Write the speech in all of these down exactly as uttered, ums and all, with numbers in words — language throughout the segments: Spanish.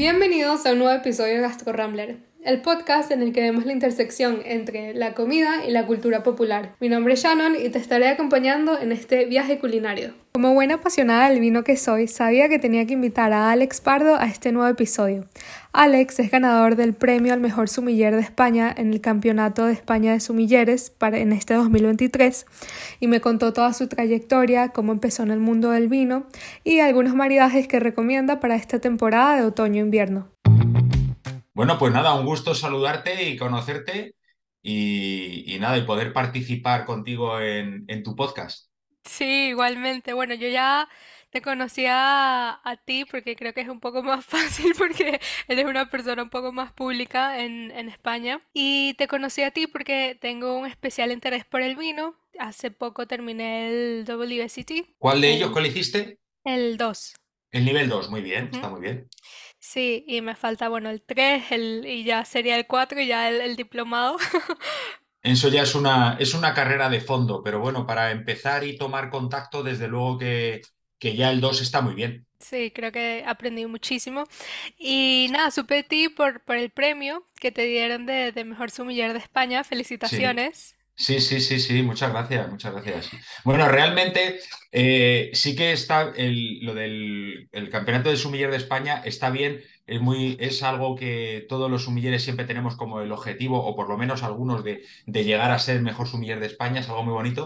Bienvenidos a un nuevo episodio de Gastro Rambler, el podcast en el que vemos la intersección entre la comida y la cultura popular. Mi nombre es Shannon y te estaré acompañando en este viaje culinario. Como buena apasionada del vino que soy, sabía que tenía que invitar a Alex Pardo a este nuevo episodio. Alex es ganador del premio al mejor sumiller de España en el Campeonato de España de Sumilleres para, en este dos mil veintitrés y me contó toda su trayectoria, cómo empezó en el mundo del vino y algunos maridajes que recomienda para esta temporada de otoño-invierno. Bueno, pues nada, un gusto saludarte y conocerte y, y nada, y poder participar contigo en, en tu podcast. Sí, igualmente. Bueno, yo ya te conocía a, a ti porque creo que es un poco más fácil porque eres una persona un poco más pública en, en España. Y te conocí a ti porque tengo un especial interés por el vino. Hace poco terminé el W S E T, ¿Cuál de ellos el, cuál hiciste? el dos. El nivel dos, muy bien, Ujú. está muy bien. Sí, y me falta, bueno, el tres el, y ya sería el cuatro y ya el, el diplomado. Eso ya es una, es una carrera de fondo, pero bueno, para empezar y tomar contacto, desde luego que, que ya el dos está muy bien. Sí, creo que aprendí muchísimo. Y nada, supe de ti por, por el premio que te dieron de, de Mejor Sumiller de España. Sí. Felicitaciones. Sí, sí, sí, sí, muchas gracias, muchas gracias. Bueno, realmente eh, sí que está el- lo del el campeonato de sumiller de España está bien, es muy, es algo que todos los sumilleres siempre tenemos como el objetivo, o por lo menos algunos de, de llegar a ser el mejor sumiller de España, es algo muy bonito.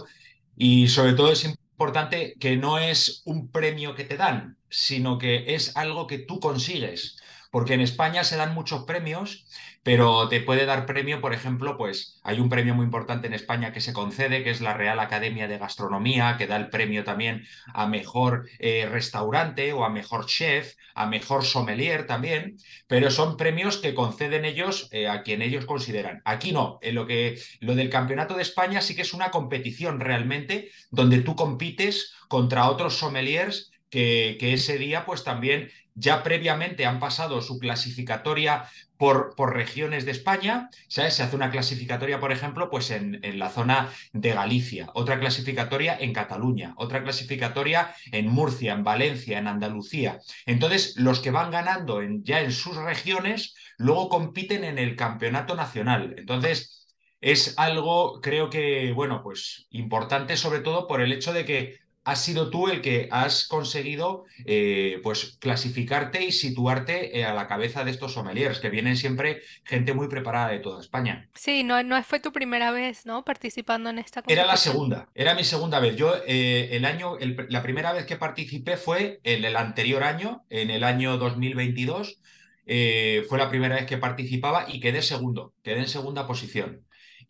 Y sobre todo es importante que no es un premio que te dan, sino que es algo que tú consigues. Porque en España se dan muchos premios, pero te puede dar premio, por ejemplo, pues hay un premio muy importante en España que se concede, que es la Real Academia de Gastronomía, que da el premio también a mejor eh, restaurante o a mejor chef, a mejor sommelier también, pero son premios que conceden ellos eh, a quien ellos consideran. Aquí no, en lo que lo del Campeonato de España sí que es una competición realmente donde tú compites contra otros sommeliers que, que ese día pues también ya previamente han pasado su clasificatoria por, por regiones de España, ¿sabes? Se hace una clasificatoria, por ejemplo, pues en, en la zona de Galicia, otra clasificatoria en Cataluña, otra clasificatoria en Murcia, en Valencia, en Andalucía. Entonces, los que van ganando en, ya en sus regiones, luego compiten en el campeonato nacional. Entonces, es algo, creo que, bueno, pues importante sobre todo por el hecho de que has sido tú el que has conseguido eh, pues clasificarte y situarte eh, a la cabeza de estos sommeliers, que vienen siempre gente muy preparada de toda España. Sí, no, no fue tu primera vez, ¿no? Participando en esta Era la competición. segunda, era mi segunda vez. Yo eh, el año, el- la primera vez que participé fue en el anterior año, en el año dos mil veintidós. Eh, fue la primera vez que participaba y quedé segundo, quedé en segunda posición.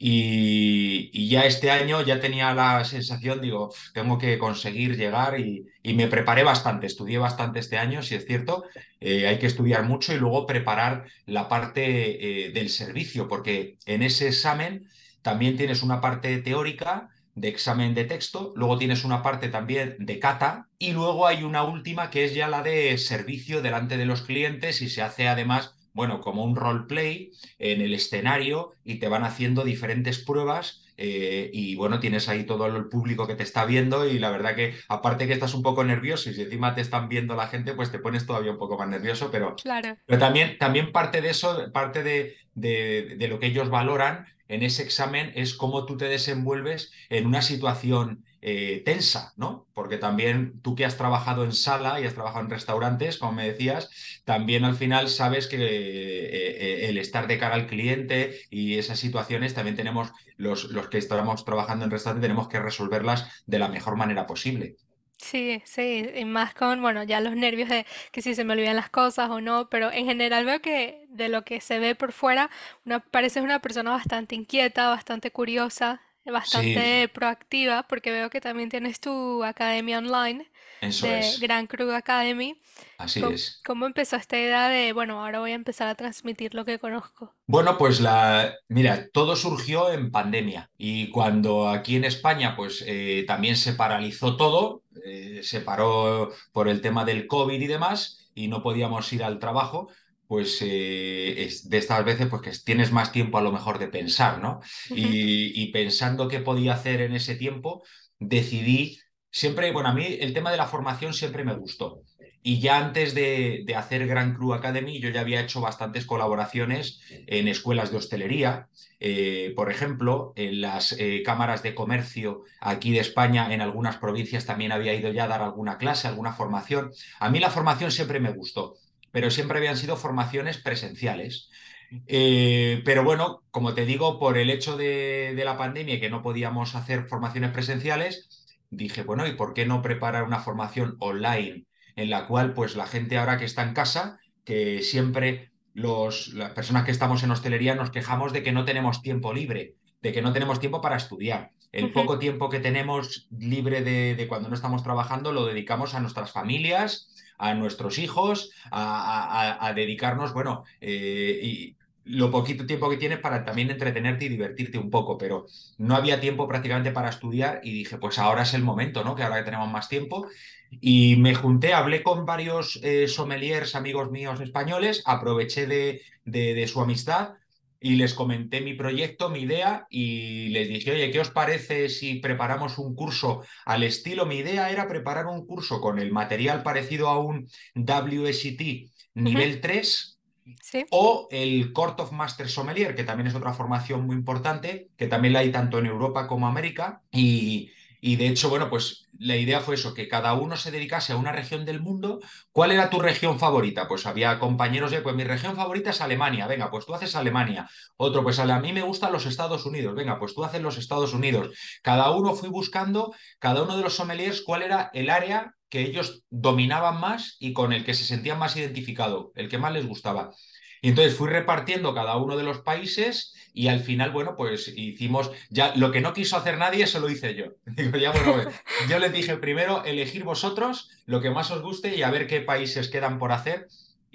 Y, y ya este año ya tenía la sensación, digo, "Uf, tengo que conseguir llegar y, y me preparé bastante, estudié bastante este año, si es cierto. Eh, hay que estudiar mucho y luego preparar la parte eh, del servicio, porque en ese examen también tienes una parte teórica de examen de texto, luego tienes una parte también de cata y luego hay una última que es ya la de servicio delante de los clientes y se hace además, bueno, como un roleplay en el escenario y te van haciendo diferentes pruebas eh, y bueno, tienes ahí todo el público que te está viendo y la verdad que aparte que estás un poco nervioso y si encima te están viendo la gente, pues te pones todavía un poco más nervioso, pero, Claro. pero también, también parte de eso, parte de, de, de lo que ellos valoran en ese examen es cómo tú te desenvuelves en una situación eh, tensa, ¿no? Porque también tú que has trabajado en sala y has trabajado en restaurantes, como me decías, también al final sabes que eh, eh, el estar de cara al cliente y esas situaciones también tenemos, los, los que estamos trabajando en restaurante, tenemos que resolverlas de la mejor manera posible. Sí, sí, y más con, bueno, ya los nervios de que si se me olvidan las cosas o no, pero en general veo que de lo que se ve por fuera, una, pareces una persona bastante inquieta, bastante curiosa, Sí, bastante proactiva, porque veo que también tienes tu academia online eso de es, Gran Cru Academy. así ¿Cómo, es. cómo empezó esta idea de, bueno, ahora voy a empezar a transmitir lo que conozco? Bueno, pues la, mira, todo surgió en pandemia y cuando aquí en España pues eh, también se paralizó todo, eh, se paró por el tema del COVID y demás y no podíamos ir al trabajo, pues eh, es de estas veces pues que tienes más tiempo a lo mejor de pensar, ¿no? Ujú. Y, y pensando qué podía hacer en ese tiempo, decidí, siempre, bueno, a mí el tema de la formación siempre me gustó. Y ya antes de, de hacer Gran Cru Academy, yo ya había hecho bastantes colaboraciones en escuelas de hostelería. Eh, por ejemplo, en las eh, cámaras de comercio aquí de España, en algunas provincias también había ido ya a dar alguna clase, alguna formación. A mí la formación siempre me gustó, pero siempre habían sido formaciones presenciales. Eh, pero bueno, como te digo, por el hecho de, de la pandemia y que no podíamos hacer formaciones presenciales, dije, bueno, ¿y por qué no preparar una formación online en la cual pues la gente ahora que está en casa, que siempre los, las personas que estamos en hostelería nos quejamos de que no tenemos tiempo libre, de que no tenemos tiempo para estudiar? El Ujú. poco tiempo que tenemos libre de, de cuando no estamos trabajando lo dedicamos a nuestras familias, a nuestros hijos, a, a- a dedicarnos, bueno, eh, y lo poquito tiempo que tienes para también entretenerte y divertirte un poco, pero no había tiempo prácticamente para estudiar y dije, pues ahora es el momento, ¿no? Que ahora que tenemos más tiempo. Y me junté, hablé con varios eh, sommeliers, amigos míos españoles, aproveché de, de- de su amistad y les comenté mi proyecto, mi idea y les dije, oye, ¿qué os parece si preparamos un curso al estilo? Mi idea era preparar un curso con el material parecido a un W S E T Ujú. nivel tres Sí. o el Court of Master Sommelier, que también es otra formación muy importante, que también la hay tanto en Europa como América. Y, y de hecho, bueno, pues la idea fue eso, que cada uno se dedicase a una región del mundo. ¿Cuál era tu región favorita? Pues había compañeros de, pues mi región favorita es Alemania, venga, pues tú haces Alemania. Otro, pues a mí me gustan los Estados Unidos, venga, pues tú haces los Estados Unidos. Cada uno fui buscando, cada uno de los sommeliers, cuál era el área que ellos dominaban más y con el que se sentían más identificado, el que más les gustaba. Y entonces fui repartiendo cada uno de los países y al final, bueno, pues hicimos, ya lo que no quiso hacer nadie, eso lo hice yo. Digo, ya, bueno, pues, yo les dije primero, elegir vosotros lo que más os guste y a ver qué países quedan por hacer.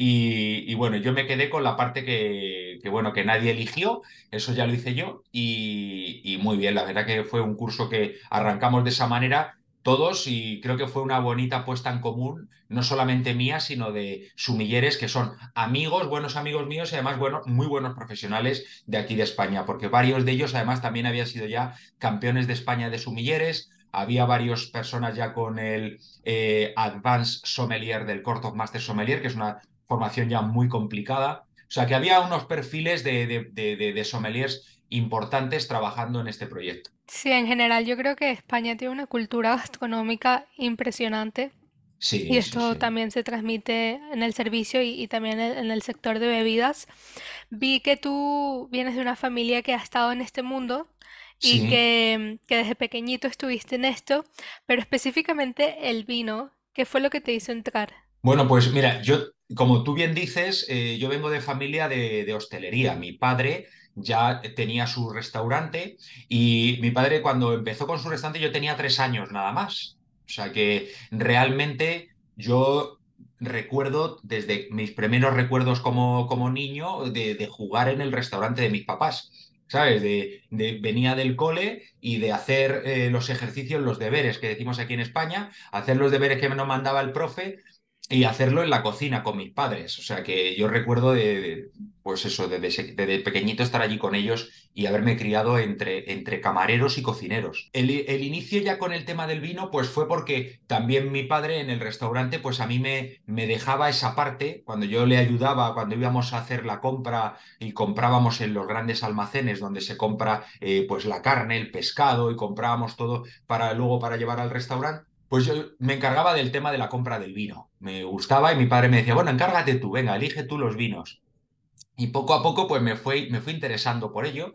Y, y bueno, yo me quedé con la parte que, que, bueno, que nadie eligió, eso ya lo hice yo y, y muy bien, la verdad que fue un curso que arrancamos de esa manera todos y creo que fue una bonita puesta en común, no solamente mía, sino de sumilleres que son amigos, buenos amigos míos y además bueno, muy buenos profesionales de aquí de España, porque varios de ellos además también habían sido ya campeones de España de sumilleres. Había varias personas ya con el eh, Advanced Sommelier del Court of Master Sommelier, que es una formación ya muy complicada. O sea que había unos perfiles de, de, de, de, de sommeliers importantes trabajando en este proyecto. Sí, en general yo creo que España tiene una cultura gastronómica impresionante y Sí, sí, esto sí. también se transmite en el servicio y, y también en, en el sector de bebidas. Vi que tú vienes de una familia que ha estado en este mundo y Sí, que, que desde pequeñito estuviste en esto, pero específicamente el vino, ¿qué fue lo que te hizo entrar? bueno, pues mira, yo, como tú bien dices, eh, yo vengo de familia de, de hostelería. Mi padre ya tenía su restaurante y mi padre cuando empezó con su restaurante yo tenía tres años nada más. O sea que realmente yo recuerdo desde mis primeros recuerdos como, como niño de, de jugar en el restaurante de mis papás. ¿Sabes? De, de- venía del cole y de hacer eh, los ejercicios, los deberes que decimos aquí en España, hacer los deberes que nos mandaba el profe y hacerlo en la cocina con mis padres. O sea que yo recuerdo de, de, pues eso, desde, ese- desde pequeñito estar allí con ellos y haberme criado entre, entre camareros y cocineros. El, el inicio ya con el tema del vino, pues fue porque también mi padre en el restaurante, pues a mí me, me dejaba esa parte, cuando yo le ayudaba, cuando íbamos a hacer la compra y comprábamos en los grandes almacenes donde se compra eh, pues la carne, el pescado y comprábamos todo para luego para llevar al restaurante. Pues yo me encargaba del tema de la compra del vino. Me gustaba y mi padre me decía, bueno, encárgate tú, venga, elige tú los vinos. Y poco a poco pues me fui, me fui interesando por ello.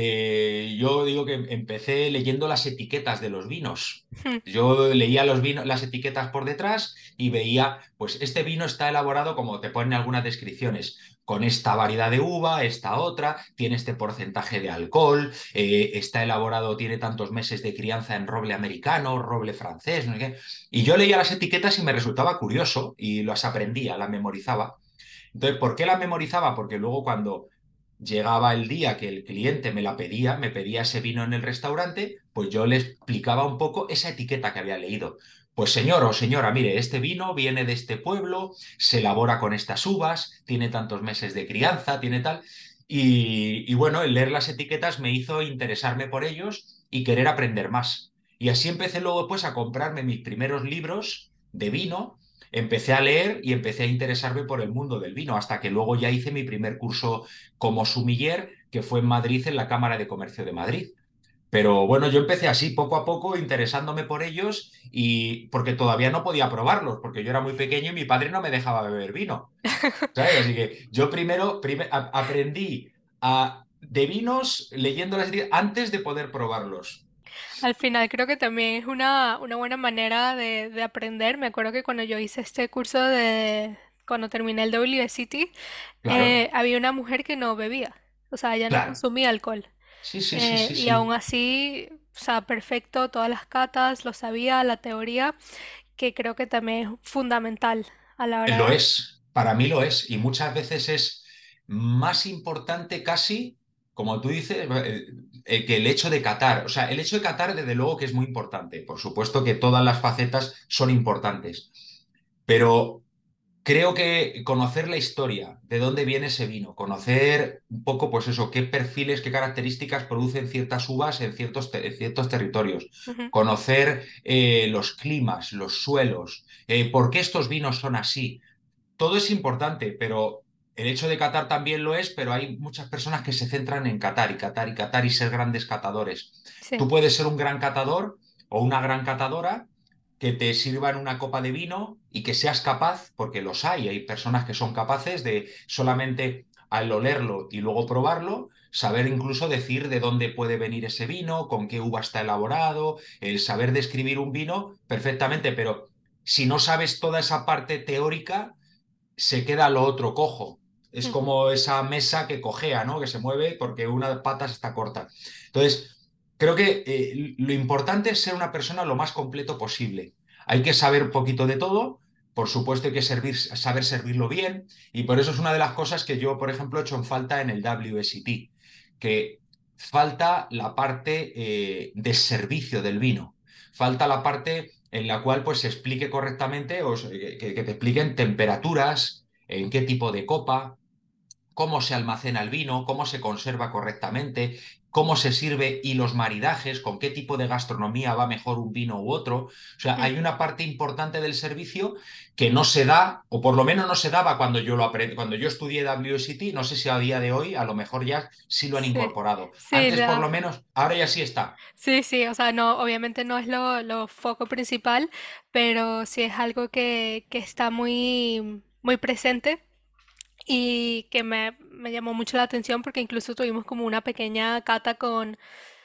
Eh, yo digo que empecé leyendo las etiquetas de los vinos. Yo leía los vinos, las etiquetas por detrás y veía, pues este vino está elaborado como te ponen algunas descripciones, con esta variedad de uva, esta otra, tiene este porcentaje de alcohol, eh, está elaborado, tiene tantos meses de crianza en roble americano, roble francés, no sé qué. Y yo leía las etiquetas y me resultaba curioso y las aprendía, las memorizaba. Entonces, ¿por qué la memorizaba? Porque luego cuando llegaba el día que el cliente me la pedía, me pedía ese vino en el restaurante, pues yo le explicaba un poco esa etiqueta que había leído. Pues señor o señora, mire, este vino viene de este pueblo, se elabora con estas uvas, tiene tantos meses de crianza, tiene tal. Y, y bueno, el leer las etiquetas me hizo interesarme por ellos y querer aprender más. Y así empecé luego pues a comprarme mis primeros libros de vino empecé a leer y empecé a interesarme por el mundo del vino, hasta que luego ya hice mi primer curso como sommelier, que fue en Madrid, en la Cámara de Comercio de Madrid. Pero bueno, yo empecé así, poco a poco, interesándome por ellos y porque todavía no podía probarlos, porque yo era muy pequeño y mi padre no me dejaba beber vino, ¿sabes? Así que yo primero prime- a- aprendí a- de vinos leyendo las etiquetas antes de poder probarlos. Al final creo que también es una, una buena manera de, de aprender. Me acuerdo que cuando yo hice este curso de, cuando terminé el W S E T, Claro, eh, había una mujer que no bebía, o sea, ella no claro. consumía alcohol. Sí, sí, sí, Eh, sí, y aún sí. así, o sea, perfecto, todas las catas, lo sabía, la teoría, que creo que también es fundamental a la Lo hora. es, para mí lo es, y muchas veces es más importante casi, como tú dices, eh, eh, que el hecho de catar. O sea, el hecho de catar, desde luego que es muy importante. Por supuesto que todas las facetas son importantes, pero creo que conocer la historia, de dónde viene ese vino, conocer un poco, pues eso, qué perfiles, qué características producen ciertas uvas en ciertos, te- en ciertos territorios, Ujú, conocer eh, los climas, los suelos, eh, por qué estos vinos son así. Todo es importante, pero el hecho de catar también lo es, pero hay muchas personas que se centran en catar y catar y catar y ser grandes catadores. sí. Tú puedes ser un gran catador o una gran catadora que te sirvan una copa de vino y que seas capaz, porque los hay, hay personas que son capaces de solamente al olerlo y luego probarlo, saber incluso decir de dónde puede venir ese vino, con qué uva está elaborado, el saber describir un vino perfectamente, pero si no sabes toda esa parte teórica, se queda lo otro cojo. Es Ujú, como esa mesa que cojea, ¿no? Que se mueve porque una de patas está corta. Entonces, creo que eh, lo importante es ser una persona lo más completo posible. Hay que saber un poquito de todo. Por supuesto, hay que servir, saber servirlo bien. Y por eso es una de las cosas que yo, por ejemplo, he hecho en falta en el W S E T, que falta la parte eh, de servicio del vino. Falta la parte en la cual pues se explique correctamente o que, que te expliquen temperaturas, en qué tipo de copa, cómo se almacena el vino, cómo se conserva correctamente, cómo se sirve y los maridajes, con qué tipo de gastronomía va mejor un vino u otro. O sea, hay ujú. una parte importante del servicio que no se da, o por lo menos no se daba cuando yo lo aprendí, cuando yo estudié W S E T, no sé si a día de hoy a lo mejor ya sí lo han Sí, incorporado. sí, Antes por la, lo menos, ahora ya sí está. sí, sí, o sea, no, obviamente no es lo, lo foco principal, pero sí es algo que, que está muy, muy presente y que me, me llamó mucho la atención porque incluso tuvimos como una pequeña cata con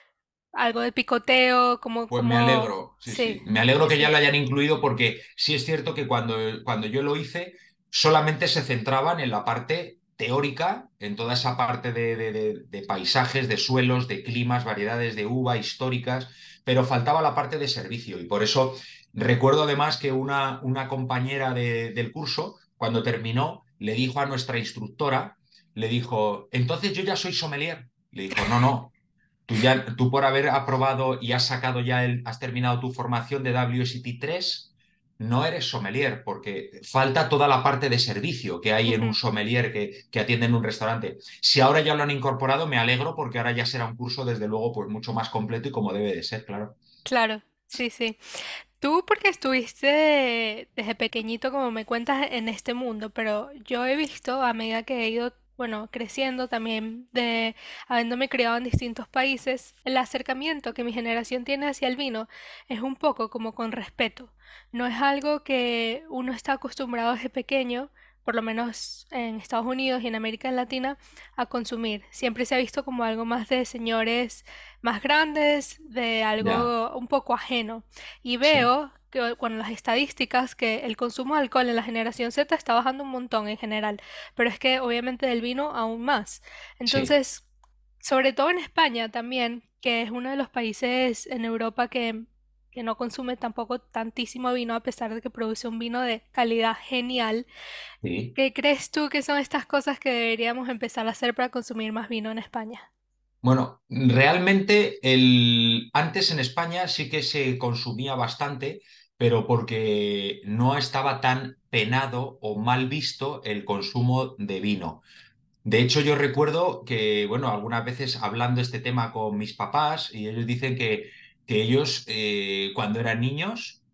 algo de picoteo, como, Pues me como, alegro, sí, sí, sí. Me alegro sí, que ya sí. lo hayan incluido porque sí es cierto que cuando, cuando yo lo hice solamente se centraban en la parte teórica, en toda esa parte de, de- de- de paisajes, de suelos, de climas, variedades de uva históricas, pero faltaba la parte de servicio y por eso recuerdo además que una, una compañera de- del curso, cuando terminó, le dijo a nuestra instructora, le dijo, entonces yo ya soy sommelier. Le dijo, no, no. Tú, ya, tú por haber aprobado y has sacado ya el, has terminado tu formación de W S E T tres, no eres sommelier, porque falta toda la parte de servicio que hay en un Ujú. sommelier que, que atiende en un restaurante. Si ahora ya lo han incorporado, me alegro porque ahora ya será un curso, desde luego, pues mucho más completo y como debe de ser, claro. Claro, sí, sí. Tú porque estuviste desde pequeñito, como me cuentas, en este mundo, pero yo he visto a medida que he ido, bueno, creciendo también, de habiéndome criado en distintos países, el acercamiento que mi generación tiene hacia el vino es un poco como con respeto. No es algo que uno está acostumbrado desde pequeño, por lo menos en Estados Unidos y en América Latina, a consumir. Siempre se ha visto como algo más de señores más grandes, de Ya, algo un poco ajeno. Y sí, veo que con las estadísticas que el consumo de alcohol en la generación Z está bajando un montón en general, pero es que obviamente del vino aún más. sí. Entonces, sobre todo en España también, que es uno de los países en Europa que, que no consume tampoco tantísimo vino, a pesar de que produce un vino de calidad genial. Sí. ¿Qué crees tú que son estas cosas que deberíamos empezar a hacer para consumir más vino en España? Bueno, realmente el... antes en España sí que se consumía bastante, pero porque no estaba tan penado o mal visto el consumo de vino. De hecho, yo recuerdo que, bueno, algunas veces hablando este tema con mis papás, y ellos dicen que, que ellos, eh, cuando eran niños,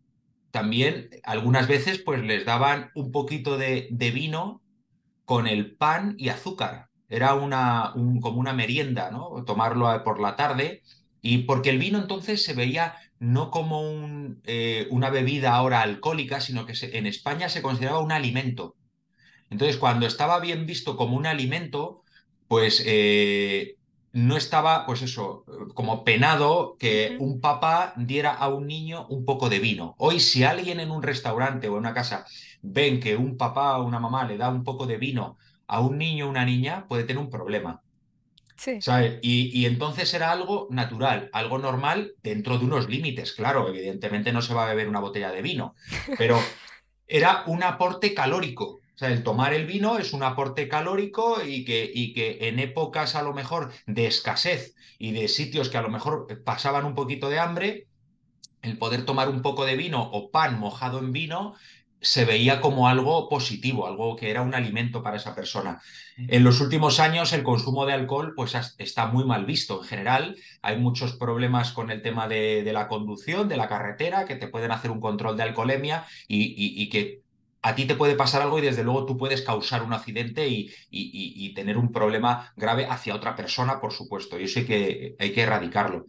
también algunas veces pues les daban un poquito de, de vino con el pan y azúcar. Era una, un- como una merienda, ¿no? Tomarlo a- por la tarde. Y porque el vino entonces se veía no como un, eh, una bebida ahora alcohólica, sino que se- en España se consideraba un alimento. Entonces, cuando estaba bien visto como un alimento, pues eh, no estaba, pues eso, como penado que Ujú. un papá diera a un niño un poco de vino. Hoy, si alguien en un restaurante o en una casa ven que un papá o una mamá le da un poco de vino a un niño o una niña, puede tener un problema. Sí, ¿Sabes? Y, y entonces era algo natural, algo normal dentro de unos límites. Claro, evidentemente no se va a beber una botella de vino, pero era un aporte calórico. O sea, el tomar el vino es un aporte calórico y que, y que en épocas a lo mejor de escasez y de sitios que a lo mejor pasaban un poquito de hambre, el poder tomar un poco de vino o pan mojado en vino se veía como algo positivo, algo que era un alimento para esa persona. En los últimos años el consumo de alcohol pues está muy mal visto en general. Hay muchos problemas con el tema de, de la conducción, de la carretera, que te pueden hacer un control de alcoholemia y, y, y que a ti te puede pasar algo y desde luego tú puedes causar un accidente y, y, y tener un problema grave hacia otra persona, por supuesto. Y eso hay que, hay que erradicarlo.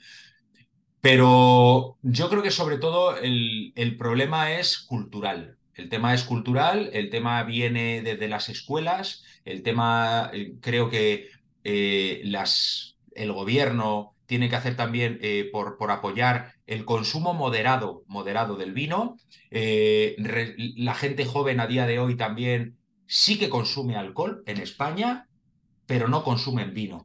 Pero yo creo que sobre todo el, el problema es cultural. El tema es cultural, el tema viene desde las escuelas, el tema eh, creo que eh, las, el gobierno tiene que hacer también eh, por, por apoyar el consumo moderado, moderado del vino. Eh, re- la gente joven a día de hoy también sí que consume alcohol en España, pero no consumen vino.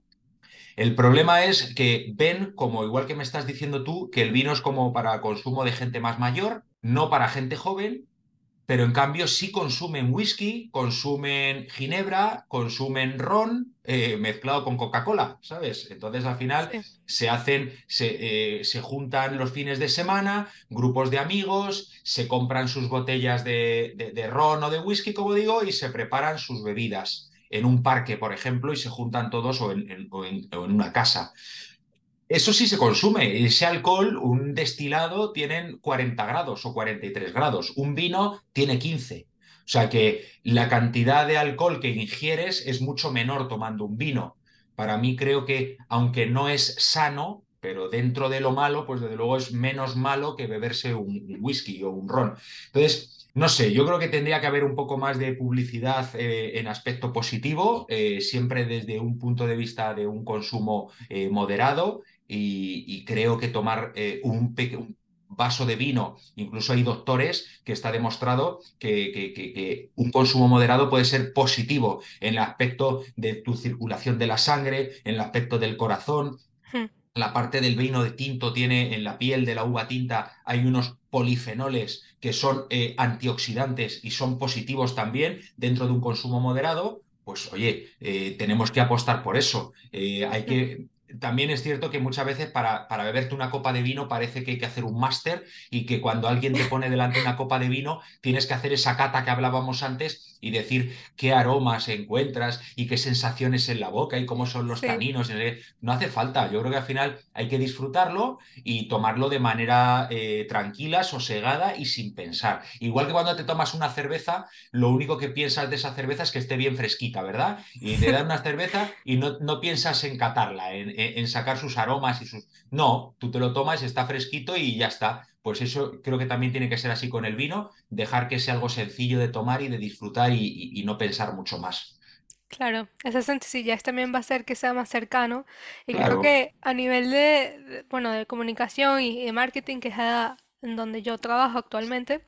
El problema es que ven, como igual que me estás diciendo tú, que el vino es como para consumo de gente más mayor, no para gente joven, pero en cambio sí consumen whisky, consumen ginebra, consumen ron eh, mezclado con Coca-Cola, ¿sabes? Entonces al final sí. se hacen, se, eh, se juntan los fines de semana, grupos de amigos, se compran sus botellas de, de, de ron o de whisky, como digo, y se preparan sus bebidas en un parque, por ejemplo, y se juntan todos o en, en, o en, o en una casa. Eso sí se consume. Ese alcohol, un destilado, tienen cuarenta grados o cuarenta y tres grados. Un vino tiene quince. O sea que la cantidad de alcohol que ingieres es mucho menor tomando un vino. Para mí creo que, aunque no es sano, pero dentro de lo malo, pues desde luego es menos malo que beberse un, un whisky o un ron. Entonces, no sé, yo creo que tendría que haber un poco más de publicidad eh, en aspecto positivo, eh, siempre desde un punto de vista de un consumo eh, moderado y, y creo que tomar eh, un, un, vaso de vino, incluso hay doctores que está demostrado que, que, que, que, un consumo moderado puede ser positivo en el aspecto de tu circulación de la sangre, en el aspecto del corazón. Hmm. La parte del vino de tinto tiene en la piel de la uva tinta, hay unos polifenoles que son eh, antioxidantes y son positivos también dentro de un consumo moderado. Pues oye, eh, tenemos que apostar por eso. Eh, hay Hmm. que también es cierto que muchas veces para, para, beberte una copa de vino parece que hay que hacer un máster y que cuando alguien te pone delante una copa de vino tienes que hacer esa cata que hablábamos antes y decir qué aromas encuentras y qué sensaciones en la boca y cómo son los Sí, taninos. No hace falta. Yo creo que al final hay que disfrutarlo y tomarlo de manera eh, tranquila, sosegada y sin pensar. Igual que cuando te tomas una cerveza, lo único que piensas de esa cerveza es que esté bien fresquita, ¿verdad? Y te dan una cerveza y no, no piensas en catarla, en, en, en sacar sus aromas y sus... No, tú te lo tomas, está fresquito y ya está. Pues eso creo que también tiene que ser así con el vino, dejar que sea algo sencillo de tomar y de disfrutar y, y, y no pensar mucho más. claro. Esa sencillez también va a hacer que sea más cercano. Y creo Claro, que a nivel de, de- bueno, de comunicación y de marketing, que es a- en donde yo trabajo actualmente,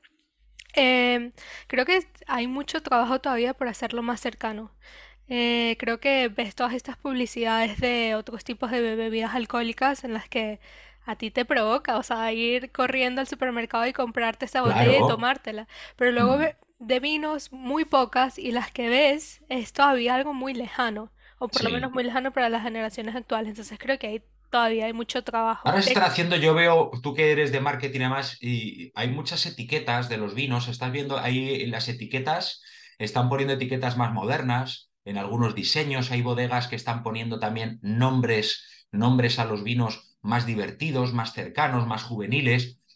em, creo que hay mucho trabajo todavía por hacerlo más cercano. Eh, creo que ves todas estas publicidades de otros tipos de be- bebidas alcohólicas en las que a ti te provoca, o sea, ir corriendo al supermercado y comprarte esa botella y claro. tomártela. Pero luego Mm, ve- de vinos muy pocas y las que ves es todavía algo muy lejano, o por lo menos sí. muy lejano para las generaciones actuales. Entonces creo que ahí todavía hay mucho trabajo. Ahora se De- están haciendo, yo veo, tú que eres de marketing además, y hay muchas etiquetas de los vinos, estás viendo ahí las etiquetas, están poniendo etiquetas más modernas, en algunos diseños hay bodegas que están poniendo también nombres, nombres a los vinos más divertidos, más cercanos, más juveniles.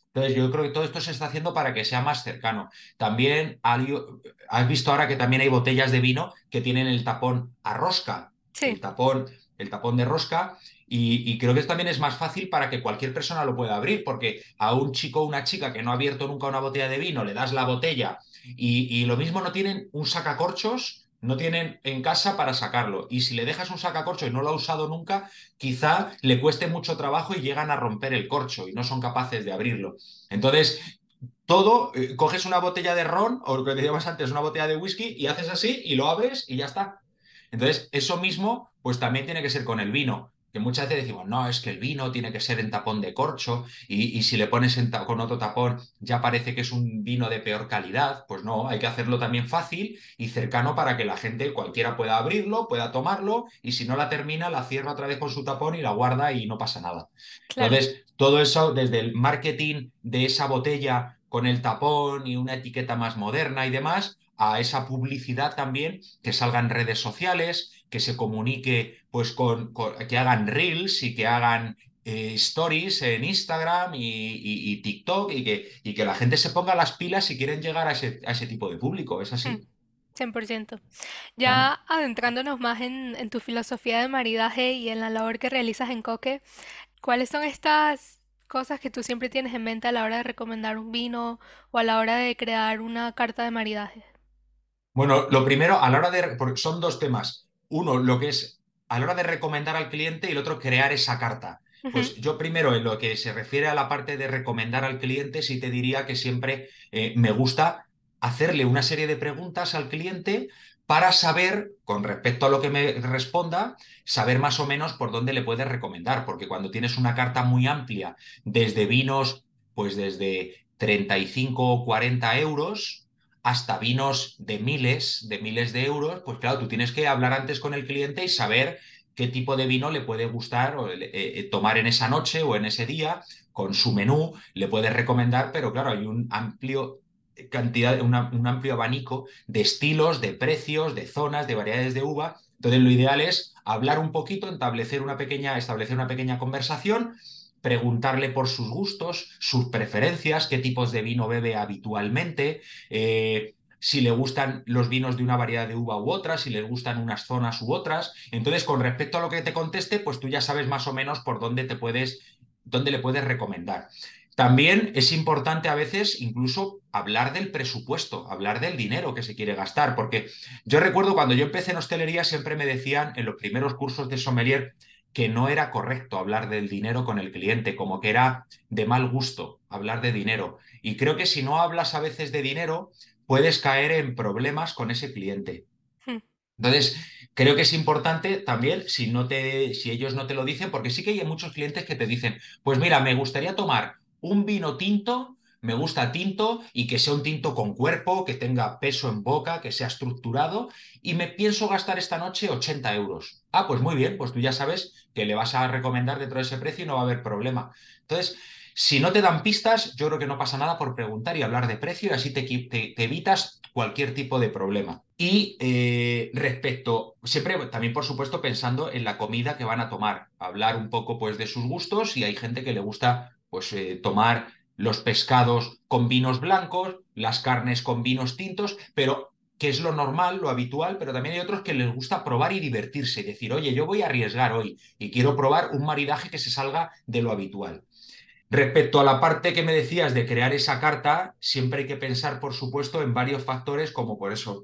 Entonces, yo creo que todo esto se está haciendo para que sea más cercano. También hay- has visto ahora que también hay botellas de vino que tienen el tapón a rosca, el Sí. tapón, el tapón de rosca, y, y creo que también es más fácil para que cualquier persona lo pueda abrir, porque a un chico o una chica que no ha abierto nunca una botella de vino, le das la botella y, y lo mismo no tienen un sacacorchos. No tienen en casa para sacarlo. Y si le dejas un sacacorcho y no lo ha usado nunca, quizá le cueste mucho trabajo y llegan a romper el corcho y no son capaces de abrirlo. Entonces, todo, eh, coges una botella de ron o lo que decíamos antes, una botella de whisky y haces así y lo abres y ya está. Entonces, eso mismo, pues también tiene que ser con el vino. Que muchas veces decimos, no, es que el vino tiene que ser en tapón de corcho y, y si le pones en ta- con otro tapón ya parece que es un vino de peor calidad. Pues no, hay que hacerlo también fácil y cercano para que la gente, cualquiera pueda abrirlo, pueda tomarlo y si no la termina, la cierra otra vez con su tapón y la guarda y no pasa nada. Claro. Entonces, todo eso, desde el marketing de esa botella con el tapón y una etiqueta más moderna y demás, a esa publicidad también que salga en redes sociales, que se comunique, pues con, con- que hagan reels y que hagan eh, stories en Instagram y, y- y TikTok y que, y que la gente se ponga las pilas si quieren llegar a ese, a ese tipo de público. Es Mm, así. cien por ciento. Claro. Ya adentrándonos más en, en tu filosofía de maridaje y en la labor que realizas en Coque, ¿cuáles son estas cosas que tú siempre tienes en mente a la hora de recomendar un vino o a la hora de crear una carta de maridaje? Bueno, lo primero, a la hora de, porque son dos temas. Uno, lo que es a la hora de recomendar al cliente y el otro, crear esa carta. Ujú. Pues yo primero, en lo que se refiere a la parte de recomendar al cliente, sí te diría que siempre eh, me gusta hacerle una serie de preguntas al cliente para saber, con respecto a lo que me responda, saber más o menos por dónde le puedes recomendar. Porque cuando tienes una carta muy amplia, desde vinos, pues desde treinta y cinco o cuarenta euros hasta vinos de miles, de miles de euros, pues claro, tú tienes que hablar antes con el cliente y saber qué tipo de vino le puede gustar o eh, eh, tomar en esa noche o en ese día, con su menú, le puedes recomendar, pero claro, hay un amplio cantidad, una, un amplio abanico de estilos, de precios, de zonas, de variedades de uva. Entonces, lo ideal es hablar un poquito, establecer una pequeña, establecer una pequeña conversación, preguntarle por sus gustos, sus preferencias, qué tipos de vino bebe habitualmente, eh, si le gustan los vinos de una variedad de uva u otra, si les gustan unas zonas u otras. Entonces, con respecto a lo que te conteste, pues tú ya sabes más o menos por dónde te puedes, dónde le puedes recomendar. También es importante a veces incluso hablar del presupuesto, hablar del dinero que se quiere gastar, porque yo recuerdo cuando yo empecé en hostelería siempre me decían en los primeros cursos de sommelier que no era correcto hablar del dinero con el cliente, como que era de mal gusto hablar de dinero. Y creo que si no hablas a veces de dinero, puedes caer en problemas con ese cliente. Mm. Entonces, creo que es importante también, si no te, si ellos no te lo dicen, porque sí que hay muchos clientes que te dicen, pues mira, me gustaría tomar un vino tinto, me gusta tinto y que sea un tinto con cuerpo, que tenga peso en boca, que sea estructurado, y me pienso gastar esta noche ochenta euros. Ah, pues muy bien, pues tú ya sabes que le vas a recomendar dentro de ese precio y no va a haber problema. Entonces, si no te dan pistas, yo creo que no pasa nada por preguntar y hablar de precio y así te, qui- te- te evitas cualquier tipo de problema. Y eh, respecto, siempre también por supuesto pensando en la comida que van a tomar, hablar un poco pues de sus gustos y hay gente que le gusta pues eh, tomar los pescados con vinos blancos, las carnes con vinos tintos, pero que es lo normal, lo habitual, pero también hay otros que les gusta probar y divertirse, decir, oye, yo voy a arriesgar hoy y quiero probar un maridaje que se salga de lo habitual. Respecto a la parte que me decías de crear esa carta, siempre hay que pensar, por supuesto, en varios factores, como por eso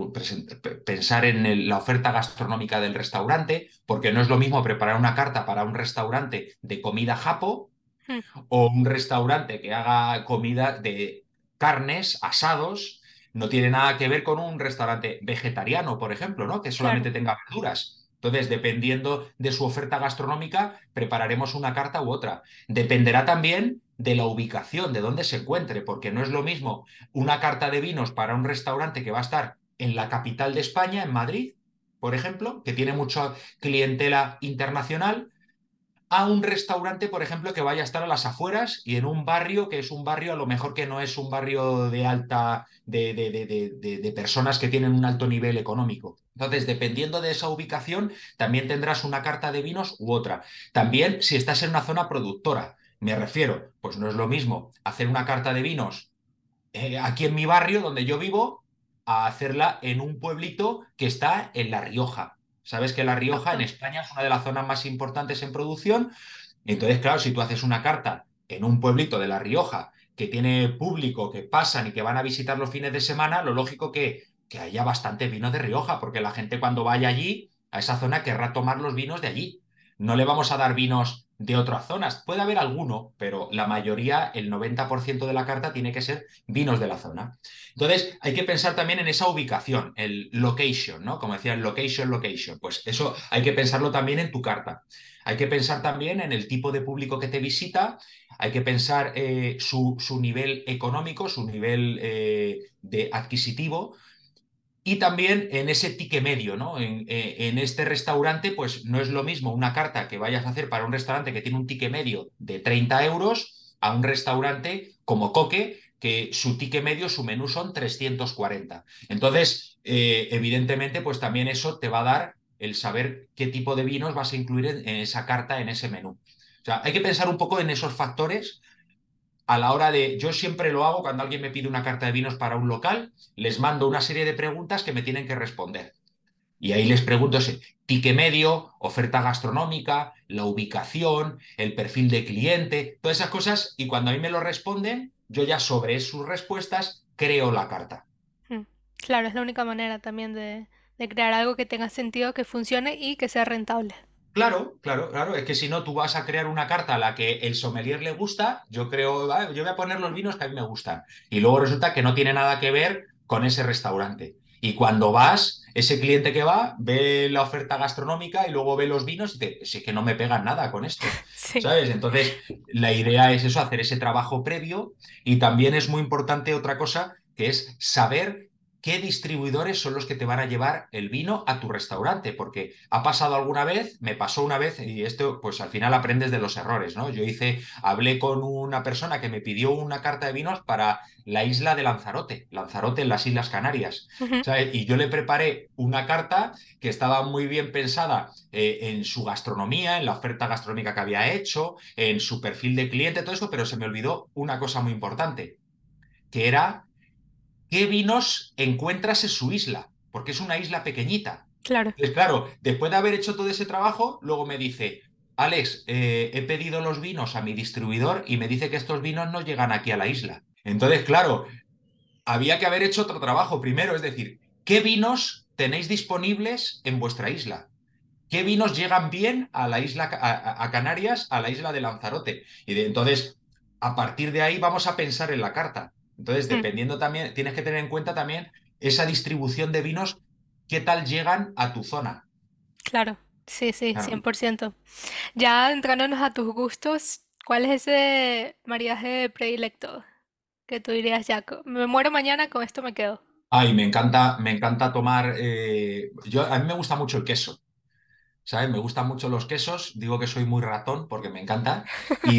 pensar en el- la oferta gastronómica del restaurante, porque no es lo mismo preparar una carta para un restaurante de comida japo Mm. o un restaurante que haga comida de carnes, asados. No tiene nada que ver con un restaurante vegetariano, por ejemplo, ¿no? Que Claro. solamente tenga verduras. Entonces, dependiendo de su oferta gastronómica, prepararemos una carta u otra. Dependerá también de la ubicación, de dónde se encuentre, porque no es lo mismo una carta de vinos para un restaurante que va a estar en la capital de España, en Madrid, por ejemplo, que tiene mucha clientela internacional, a un restaurante, por ejemplo, que vaya a estar a las afueras y en un barrio que es un barrio, a lo mejor que no es un barrio de alta, de, de, de, de, de, de personas que tienen un alto nivel económico. Entonces, dependiendo de esa ubicación, también tendrás una carta de vinos u otra. También si estás en una zona productora. Me refiero, pues no es lo mismo hacer una carta de vinos eh, aquí en mi barrio, donde yo vivo, a hacerla en un pueblito que está en La Rioja. Sabes que La Rioja en Exacto. España es una de las zonas más importantes en producción. Entonces, claro, si tú haces una carta en un pueblito de La Rioja que tiene público que pasan y que van a visitar los fines de semana, lo lógico que, que haya bastante vino de Rioja, porque la gente cuando vaya allí, a esa zona, querrá tomar los vinos de allí. No le vamos a dar vinos de otras zonas. Puede haber alguno, pero la mayoría, el noventa por ciento de la carta tiene que ser vinos de la zona. Entonces, hay que pensar también en esa ubicación, el location, ¿no? Como decía, el location, location. Pues eso hay que pensarlo también en tu carta. Hay que pensar también en el tipo de público que te visita, hay que pensar eh, su, su, nivel económico, su nivel eh, de adquisitivo, y también en ese tique medio, ¿no? En, eh, en, este restaurante, pues no es lo mismo una carta que vayas a hacer para un restaurante que tiene un tique medio de treinta euros a un restaurante como Coque, que su tique medio, su menú son trescientos cuarenta. Entonces, eh, evidentemente, pues también eso te va a dar el saber qué tipo de vinos vas a incluir en, en esa carta, en ese menú. O sea, hay que pensar un poco en esos factores a la hora de, yo siempre lo hago cuando alguien me pide una carta de vinos para un local, les mando una serie de preguntas que me tienen que responder. Y ahí les pregunto ese tique medio, oferta gastronómica, la ubicación, el perfil de cliente, todas esas cosas. Y cuando a mí me lo responden, yo ya sobre sus respuestas creo la carta. Mm. Claro, es la única manera también de, de crear algo que tenga sentido, que funcione y que sea rentable. Claro, claro, claro. Es que si no, tú vas a crear una carta a la que el sommelier le gusta. Yo creo, "Ah, yo voy a poner los vinos que a mí me gustan". Y luego resulta que no tiene nada que ver con ese restaurante. Y cuando vas, ese cliente que va ve la oferta gastronómica y luego ve los vinos y te, sí que no me pegan nada con esto, Sí, ¿sabes? Entonces, la idea es eso, hacer ese trabajo previo. Y también es muy importante otra cosa, que es saber qué distribuidores son los que te van a llevar el vino a tu restaurante, porque ha pasado alguna vez, me pasó una vez, y esto pues al final aprendes de los errores, ¿no? Yo hice, hablé con una persona que me pidió una carta de vinos para la isla de Lanzarote, Lanzarote en las Islas Canarias, ujú, ¿sabes? Y yo le preparé una carta que estaba muy bien pensada eh, en su gastronomía, en la oferta gastronómica que había hecho, en su perfil de cliente, todo eso, pero se me olvidó una cosa muy importante, que era qué vinos encuentras en su isla, porque es una isla pequeñita. claro. Entonces, claro, después de haber hecho todo ese trabajo, luego me dice, Alex, eh, he pedido los vinos a mi distribuidor y me dice que estos vinos no llegan aquí a la isla. Entonces, claro, había que haber hecho otro trabajo primero, es decir, ¿qué vinos tenéis disponibles en vuestra isla? ¿Qué vinos llegan bien a la isla, a, a Canarias, a la isla de Lanzarote? Y de, entonces, a partir de ahí vamos a pensar en la carta. Entonces, Mm, dependiendo también, tienes que tener en cuenta también esa distribución de vinos, qué tal llegan a tu zona. claro, sí, sí, Claro. cien por ciento. Ya entrándonos a tus gustos, ¿cuál es ese maridaje predilecto que tú dirías, ya, co- me muero mañana, con esto me quedo? Ay, me encanta, me encanta tomar. Eh, yo, a mí me gusta mucho el queso. ¿Sabes? Me gustan mucho los quesos, digo que soy muy ratón porque me encanta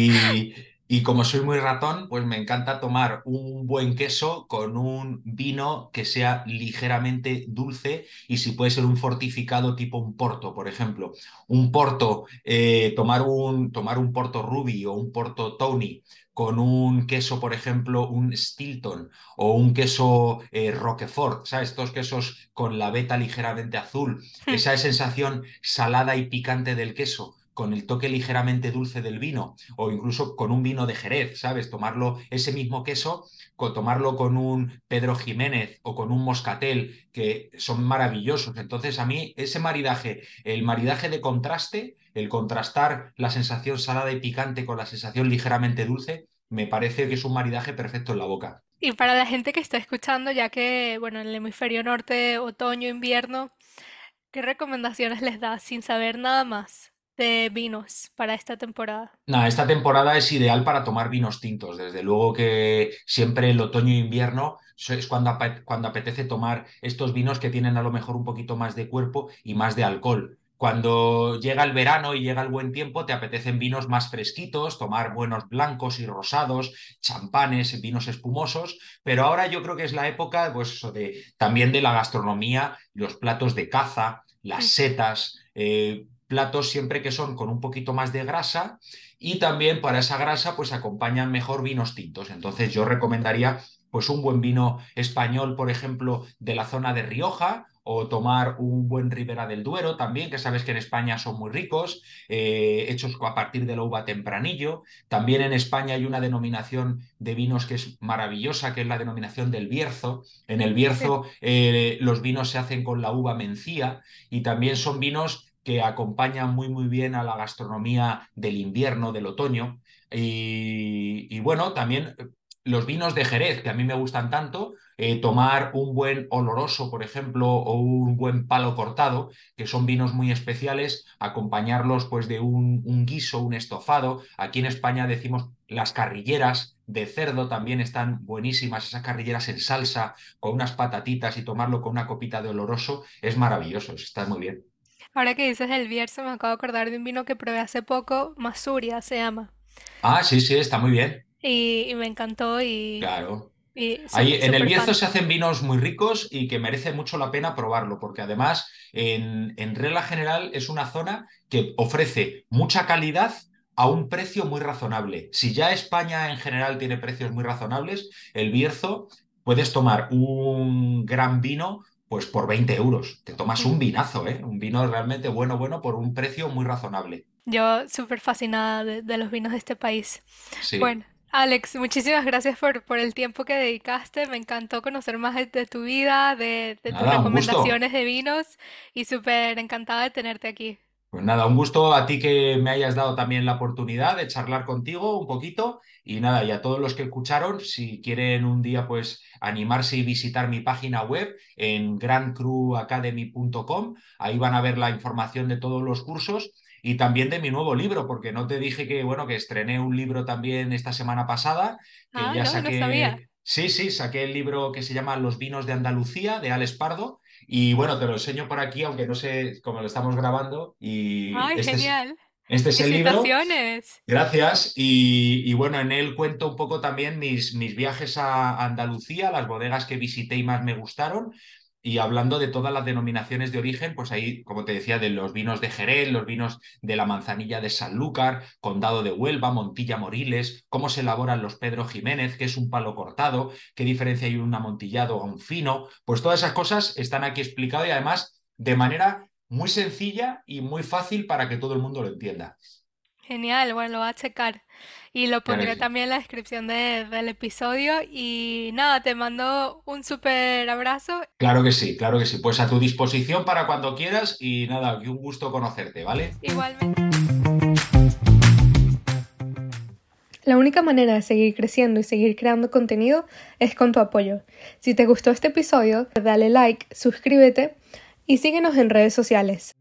y, y como soy muy ratón, pues me encanta tomar un buen queso con un vino que sea ligeramente dulce y si puede ser un fortificado tipo un porto, por ejemplo. Un porto, eh, tomar un, tomar un porto Ruby o un porto Tony con un queso, por ejemplo, un Stilton o un queso eh, Roquefort, ¿sabes? Estos quesos con la veta ligeramente azul, Mm, esa sensación salada y picante del queso con el toque ligeramente dulce del vino o incluso con un vino de Jerez, ¿sabes? Tomarlo, ese mismo queso, con, tomarlo con un Pedro Jiménez o con un Moscatel, que son maravillosos. Entonces a mí ese maridaje, el maridaje de contraste, el contrastar la sensación salada y picante con la sensación ligeramente dulce, me parece que es un maridaje perfecto en la boca. Y para la gente que está escuchando, ya que, bueno, en el hemisferio norte, otoño, invierno, ¿qué recomendaciones les das sin saber nada más de vinos para esta temporada? Nada, esta temporada es ideal para tomar vinos tintos. Desde luego que siempre el otoño e invierno es cuando, ape- cuando apetece tomar estos vinos que tienen a lo mejor un poquito más de cuerpo y más de alcohol. Cuando llega el verano y llega el buen tiempo, te apetecen vinos más fresquitos, tomar buenos blancos y rosados, champanes, vinos espumosos, pero ahora yo creo que es la época, pues, eso de, también de la gastronomía, los platos de caza, las Mm, setas, eh, platos siempre que son con un poquito más de grasa y también para esa grasa pues acompañan mejor vinos tintos. Entonces yo recomendaría pues un buen vino español, por ejemplo, de la zona de Rioja, o tomar un buen Ribera del Duero también, que sabes que en España son muy ricos, eh, hechos a partir de la uva tempranillo. También en España hay una denominación de vinos que es maravillosa, que es la denominación del Bierzo. En el Sí. Bierzo eh, los vinos se hacen con la uva mencía y también son vinos que acompañan muy muy bien a la gastronomía del invierno, del otoño. Y, y bueno, también los vinos de Jerez, que a mí me gustan tanto, eh, tomar un buen oloroso, por ejemplo, o un buen palo cortado, que son vinos muy especiales, acompañarlos pues de un, un guiso, un estofado. Aquí en España decimos las carrilleras de cerdo, también están buenísimas, esas carrilleras en salsa, con unas patatitas y tomarlo con una copita de oloroso, es maravilloso, está muy bien. Ahora que dices el Bierzo, me acabo de acordar de un vino que probé hace poco, Masuria se llama. Ah, sí, sí, está muy bien, Y, y me encantó y, claro. y Ahí sup- en el súper Bierzo fan. se hacen vinos muy ricos y que merece mucho la pena probarlo, porque además, en, en regla general, es una zona que ofrece mucha calidad a un precio muy razonable. Si ya España en general tiene precios muy razonables, el Bierzo puedes tomar un gran vino pues por veinte euros. Te tomas un vinazo, ¿eh? Un vino realmente bueno, bueno, por un precio muy razonable. Yo súper fascinada de, de los vinos de este país. Sí, Bueno, Alex, muchísimas gracias por, por el tiempo que dedicaste. Me encantó conocer más de, de tu vida, de, de tus nada, un gusto. recomendaciones de vinos y súper encantada de tenerte aquí. Pues nada, un gusto a ti que me hayas dado también la oportunidad de charlar contigo un poquito y nada, y a todos los que escucharon, si quieren un día pues animarse y visitar mi página web en grand cru academy punto com, ahí van a ver la información de todos los cursos y también de mi nuevo libro, porque no te dije que bueno, que estrené un libro también esta semana pasada, que Ah, ya no, no sabía. saqué, sí, sí, saqué el libro que se llama Los vinos de Andalucía de Alex Pardo. Y bueno, te lo enseño por aquí, aunque no sé cómo lo estamos grabando. Y Ay, este es, genial. este es el libro. Felicitaciones. Gracias. Y, y bueno, en él cuento un poco también mis, mis viajes a Andalucía, las bodegas que visité y más me gustaron. Y hablando de todas las denominaciones de origen, pues ahí, como te decía, de los vinos de Jerez, los vinos de la Manzanilla de Sanlúcar, Condado de Huelva, Montilla Moriles, cómo se elaboran los Pedro Jiménez, qué es un palo cortado, qué diferencia hay un amontillado a un fino, pues todas esas cosas están aquí explicadas y además de manera muy sencilla y muy fácil para que todo el mundo lo entienda. Genial, bueno, lo voy a checar. Y lo Claro que pondré sí. también en la descripción de- del episodio. Y nada, te mando un súper abrazo. Claro que sí, claro que sí. Pues a tu disposición para cuando quieras y nada, que un gusto conocerte, ¿vale? Igualmente. La única manera de seguir creciendo y seguir creando contenido es con tu apoyo. Si te gustó este episodio, dale like, suscríbete y síguenos en redes sociales.